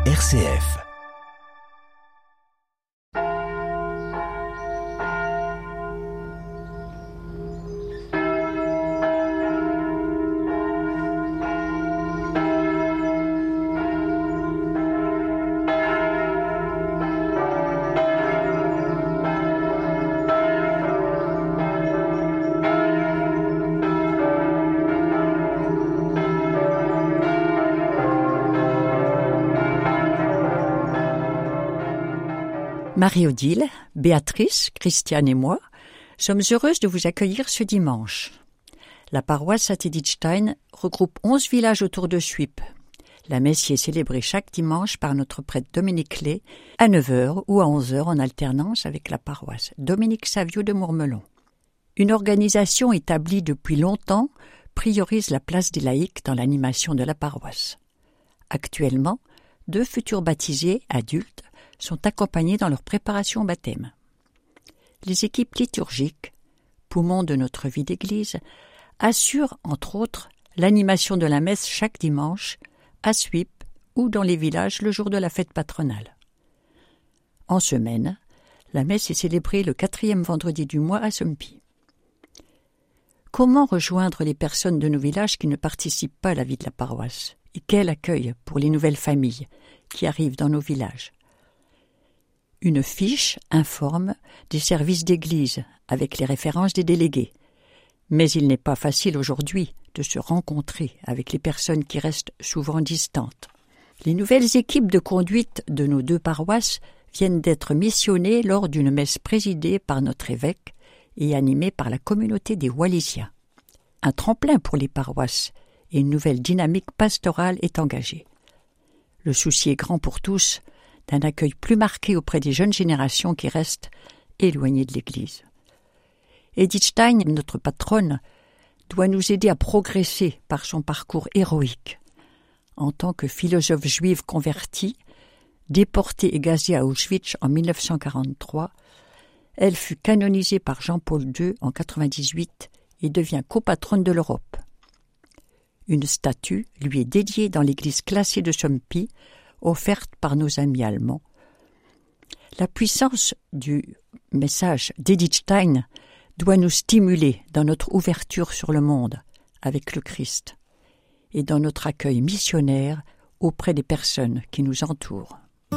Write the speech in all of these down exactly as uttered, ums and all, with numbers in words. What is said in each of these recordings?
R C F. Marie-Odile, Béatrice, Christiane et moi sommes heureuses de vous accueillir ce dimanche. La paroisse Saint-Edithstein regroupe onze villages autour de Suippes. La messe y est célébrée chaque dimanche par notre prêtre Dominique Lay à neuf heures ou à onze heures en alternance avec la paroisse Dominique Savio de Mourmelon. Une organisation établie depuis longtemps priorise la place des laïcs dans l'animation de la paroisse. Actuellement, deux futurs baptisés, adultes, sont accompagnés dans leur préparation au baptême. Les équipes liturgiques, poumons de notre vie d'église, assurent, entre autres, l'animation de la messe chaque dimanche, à Suippes ou dans les villages le jour de la fête patronale. En semaine, la messe est célébrée le quatrième vendredi du mois à Sompy. Comment rejoindre les personnes de nos villages qui ne participent pas à la vie de la paroisse? Et quel accueil pour les nouvelles familles qui arrivent dans nos villages? Une fiche informe des services d'église avec les références des délégués. Mais il n'est pas facile aujourd'hui de se rencontrer avec les personnes qui restent souvent distantes. Les nouvelles équipes de conduite de nos deux paroisses viennent d'être missionnées lors d'une messe présidée par notre évêque et animée par la communauté des Wallisiens. Un tremplin pour les paroisses et une nouvelle dynamique pastorale est engagée. Le souci est grand pour tous d'un accueil plus marqué auprès des jeunes générations qui restent éloignées de l'Église. Edithstein, notre patronne, doit nous aider à progresser par son parcours héroïque. En tant que philosophe juive convertie, déportée et gazée à Auschwitz en mille neuf cent quarante-trois, elle fut canonisée par Jean-Paul deux en quatre-vingt-dix-huit et devient copatronne de l'Europe. Une statue lui est dédiée dans l'église classée de Sompy, offerte par nos amis allemands. La puissance du message d'Edithstein doit nous stimuler dans notre ouverture sur le monde avec le Christ et dans notre accueil missionnaire auprès des personnes qui nous entourent.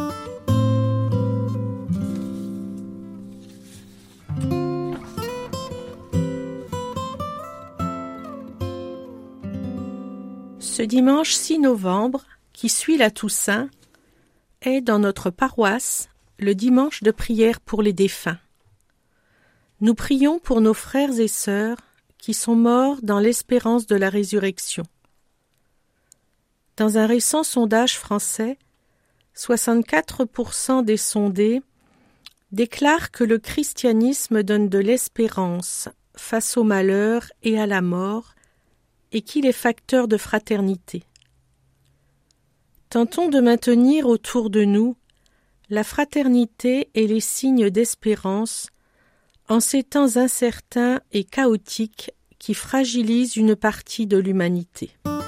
Ce dimanche six novembre, qui suit la Toussaint, est dans notre paroisse le dimanche de prière pour les défunts. Nous prions pour nos frères et sœurs qui sont morts dans l'espérance de la résurrection. Dans un récent sondage français, soixante-quatre pour cent des sondés déclarent que le christianisme donne de l'espérance face au malheur et à la mort et qu'il est facteur de fraternité. Tentons de maintenir autour de nous la fraternité et les signes d'espérance en ces temps incertains et chaotiques qui fragilisent une partie de l'humanité.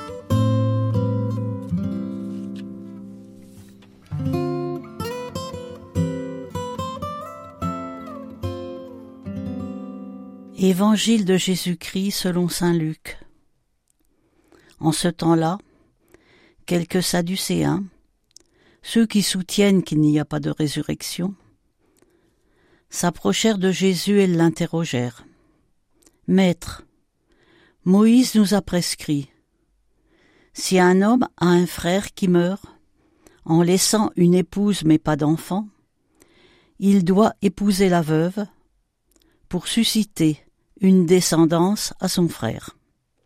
Évangile de Jésus-Christ selon saint Luc. En ce temps-là, quelques Sadducéens, ceux qui soutiennent qu'il n'y a pas de résurrection, s'approchèrent de Jésus et l'interrogèrent. « Maître, Moïse nous a prescrit, si un homme a un frère qui meurt, en laissant une épouse mais pas d'enfant, il doit épouser la veuve pour susciter une descendance à son frère.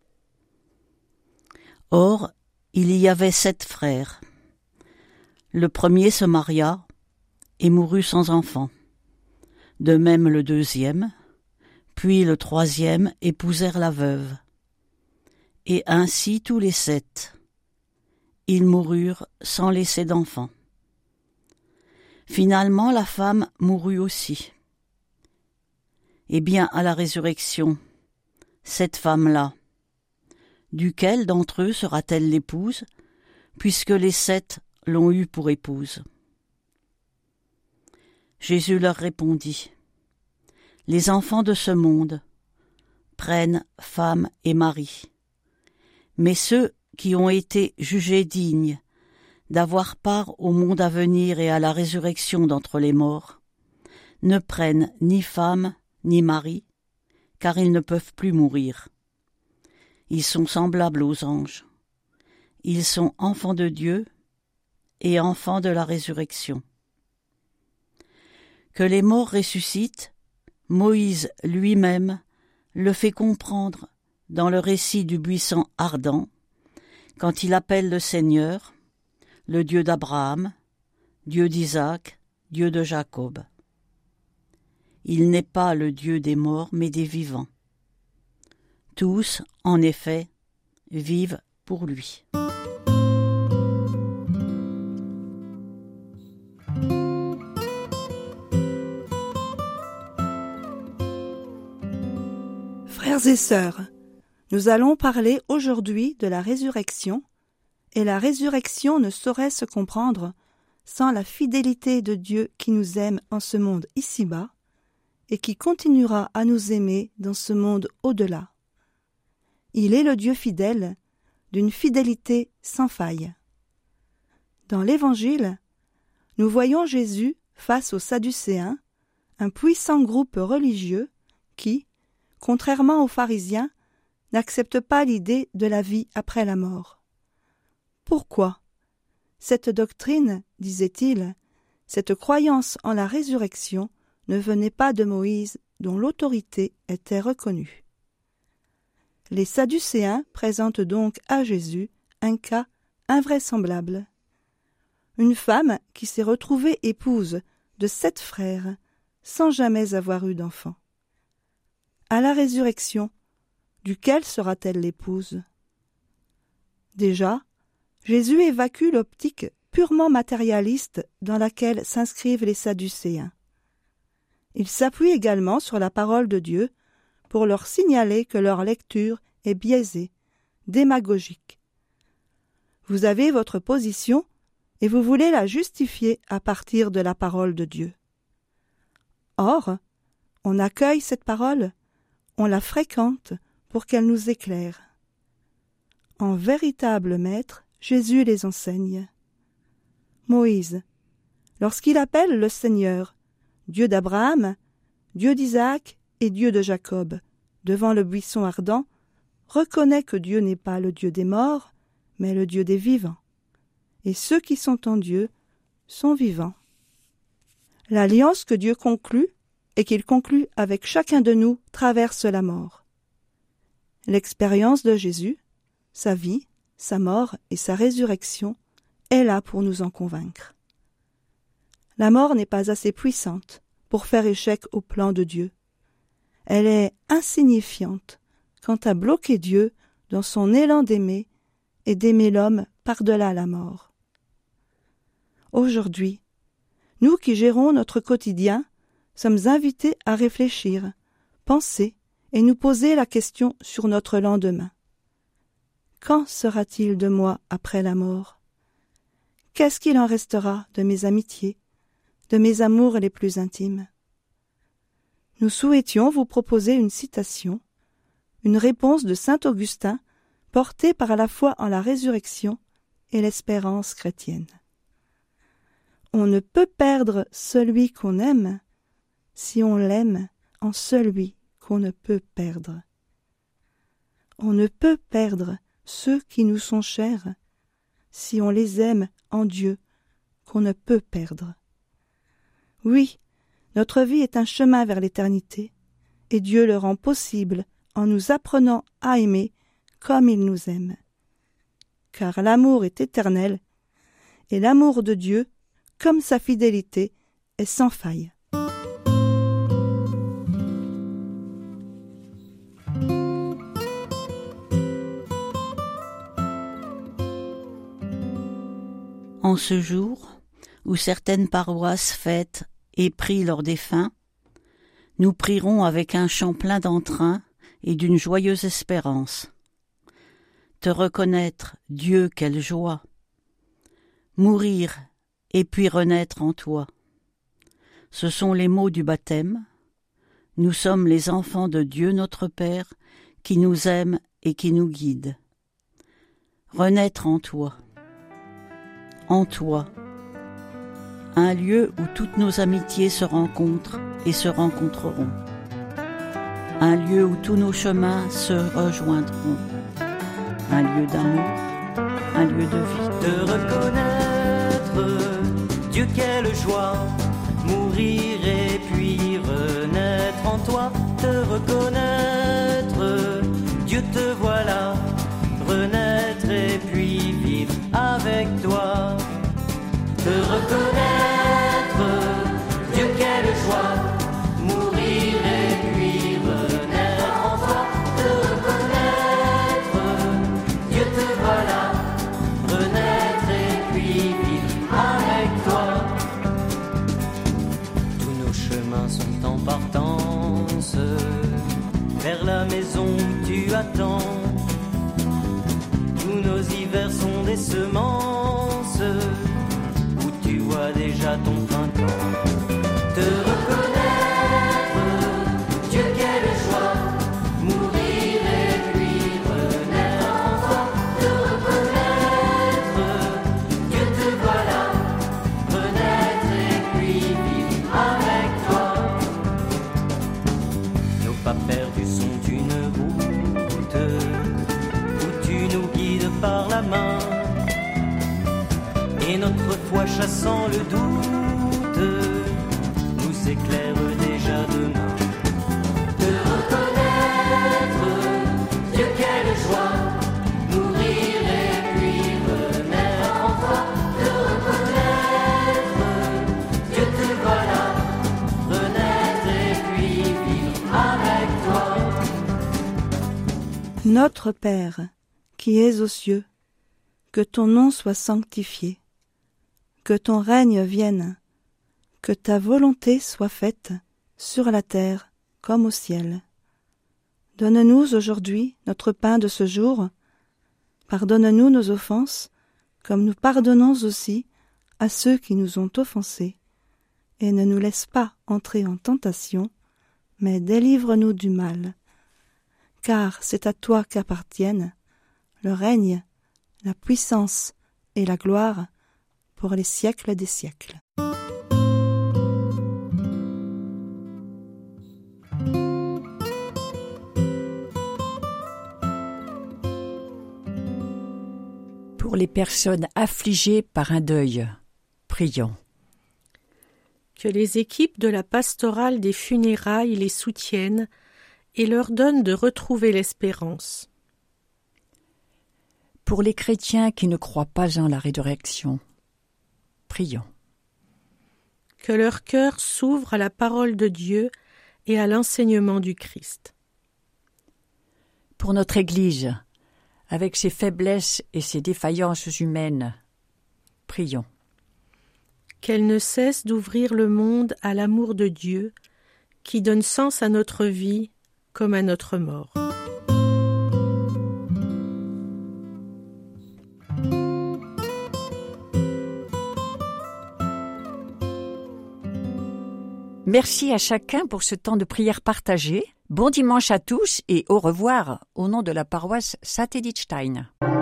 Or, il y avait sept frères. Le premier se maria et mourut sans enfant. De même le deuxième, puis le troisième épousèrent la veuve. Et ainsi tous les sept. Ils moururent sans laisser d'enfant. Finalement, la femme mourut aussi. Eh bien, à la résurrection, cette femme-là, duquel d'entre eux sera-t-elle l'épouse, puisque les sept l'ont eue pour épouse. Jésus leur répondit, « Les enfants de ce monde prennent femme et mari, mais ceux qui ont été jugés dignes d'avoir part au monde à venir et à la résurrection d'entre les morts, ne prennent ni femme ni mari, car ils ne peuvent plus mourir. Ils sont semblables aux anges. Ils sont enfants de Dieu et enfants de la résurrection. Que les morts ressuscitent, Moïse lui-même le fait comprendre dans le récit du buisson ardent, quand il appelle le Seigneur, le Dieu d'Abraham, Dieu d'Isaac, Dieu de Jacob. Il n'est pas le Dieu des morts, mais des vivants. Tous, en effet, vivent pour lui. Frères et sœurs, nous allons parler aujourd'hui de la résurrection, et la résurrection ne saurait se comprendre sans la fidélité de Dieu qui nous aime en ce monde ici-bas et qui continuera à nous aimer dans ce monde au-delà. Il est le Dieu fidèle, d'une fidélité sans faille. Dans l'Évangile, nous voyons Jésus face aux Sadducéens, un puissant groupe religieux qui, contrairement aux pharisiens, n'accepte pas l'idée de la vie après la mort. Pourquoi ? Cette doctrine, disait-il, cette croyance en la résurrection ne venait pas de Moïse, dont l'autorité était reconnue. Les Sadducéens présentent donc à Jésus un cas invraisemblable. Une femme qui s'est retrouvée épouse de sept frères sans jamais avoir eu d'enfant. À la résurrection, duquel sera-t-elle l'épouse ? Déjà, Jésus évacue l'optique purement matérialiste dans laquelle s'inscrivent les Sadducéens. Il s'appuie également sur la parole de Dieu pour leur signaler que leur lecture est biaisée, démagogique. Vous avez votre position et vous voulez la justifier à partir de la parole de Dieu. Or, on accueille cette parole, on la fréquente pour qu'elle nous éclaire. En véritable maître, Jésus les enseigne. Moïse, lorsqu'il appelle le Seigneur, Dieu d'Abraham, Dieu d'Isaac et Dieu de Jacob, devant le buisson ardent, reconnaît que Dieu n'est pas le Dieu des morts, mais le Dieu des vivants. Et ceux qui sont en Dieu sont vivants. L'alliance que Dieu conclut et qu'il conclut avec chacun de nous traverse la mort. L'expérience de Jésus, sa vie, sa mort et sa résurrection est là pour nous en convaincre. La mort n'est pas assez puissante pour faire échec au plan de Dieu. Elle est insignifiante quant à bloquer Dieu dans son élan d'aimer et d'aimer l'homme par-delà la mort. Aujourd'hui, nous qui gérons notre quotidien, sommes invités à réfléchir, penser et nous poser la question sur notre lendemain. Qu'en sera-t-il de moi après la mort ? Qu'est-ce qu'il en restera de mes amitiés, de mes amours les plus intimes ? Nous souhaitions vous proposer une citation, une réponse de saint Augustin portée par la foi en la résurrection et l'espérance chrétienne. On ne peut perdre celui qu'on aime si on l'aime en celui qu'on ne peut perdre. On ne peut perdre ceux qui nous sont chers si on les aime en Dieu qu'on ne peut perdre. Oui, notre vie est un chemin vers l'éternité et Dieu le rend possible en nous apprenant à aimer comme il nous aime. Car l'amour est éternel et l'amour de Dieu, comme sa fidélité, est sans faille. En ce jour où certaines paroisses fêtent et prient leurs défunts, nous prierons avec un chant plein d'entrain et d'une joyeuse espérance. Te reconnaître, Dieu, quelle joie! mourir et puis renaître en toi. Ce sont les mots du baptême. Nous sommes les enfants de Dieu notre Père, qui nous aime et qui nous guide. Renaître en toi. En toi. Un lieu où toutes nos amitiés se rencontrent et se rencontreront. Un lieu où tous nos chemins se rejoindront. Un lieu d'amour, un lieu de vie. De reconnaître, Dieu quelle joie, mourir et puis renaître en toi. Te reconnaître, Dieu te voilà, renaître et puis vivre avec toi. Te reconnaître, Dieu quelle joie, mourir et puis renaître en toi. Te reconnaître, Dieu te voilà, renaître et puis vivre avec toi. Tous nos chemins sont en partance vers la maison où tu attends. Tous nos hivers sont des semences où tu vois déjà ton printemps. Te reconnaître, Dieu quelle joie, mourir et puis renaître en toi. Te reconnaître, Dieu te voilà, renaître et puis vivre avec toi. Nos pas perdus sont une route où tu nous guides par la main. Et notre foi chassant le doute nous éclaire déjà demain. Te reconnaître, Dieu quelle joie, mourir et puis renaître en toi. Te reconnaître, Dieu te voilà, renaître et puis vivre avec toi. Notre Père, qui es aux cieux, que ton nom soit sanctifié. Que ton règne vienne, que ta volonté soit faite sur la terre comme au ciel. Donne-nous aujourd'hui notre pain de ce jour. Pardonne-nous nos offenses, comme nous pardonnons aussi à ceux qui nous ont offensés. Et ne nous laisse pas entrer en tentation, mais délivre-nous du mal. Car c'est à toi qu'appartiennent le règne, la puissance et la gloire, pour les siècles des siècles. Pour les personnes affligées par un deuil, prions. Que les équipes de la pastorale des funérailles les soutiennent et leur donnent de retrouver l'espérance. Pour les chrétiens qui ne croient pas en la résurrection, prions. Que leur cœur s'ouvre à la parole de Dieu et à l'enseignement du Christ. Pour notre Église, avec ses faiblesses et ses défaillances humaines, prions. Qu'elle ne cesse d'ouvrir le monde à l'amour de Dieu, qui donne sens à notre vie comme à notre mort. Merci à chacun pour ce temps de prière partagé. Bon dimanche à tous et au revoir au nom de la paroisse Satelitstein.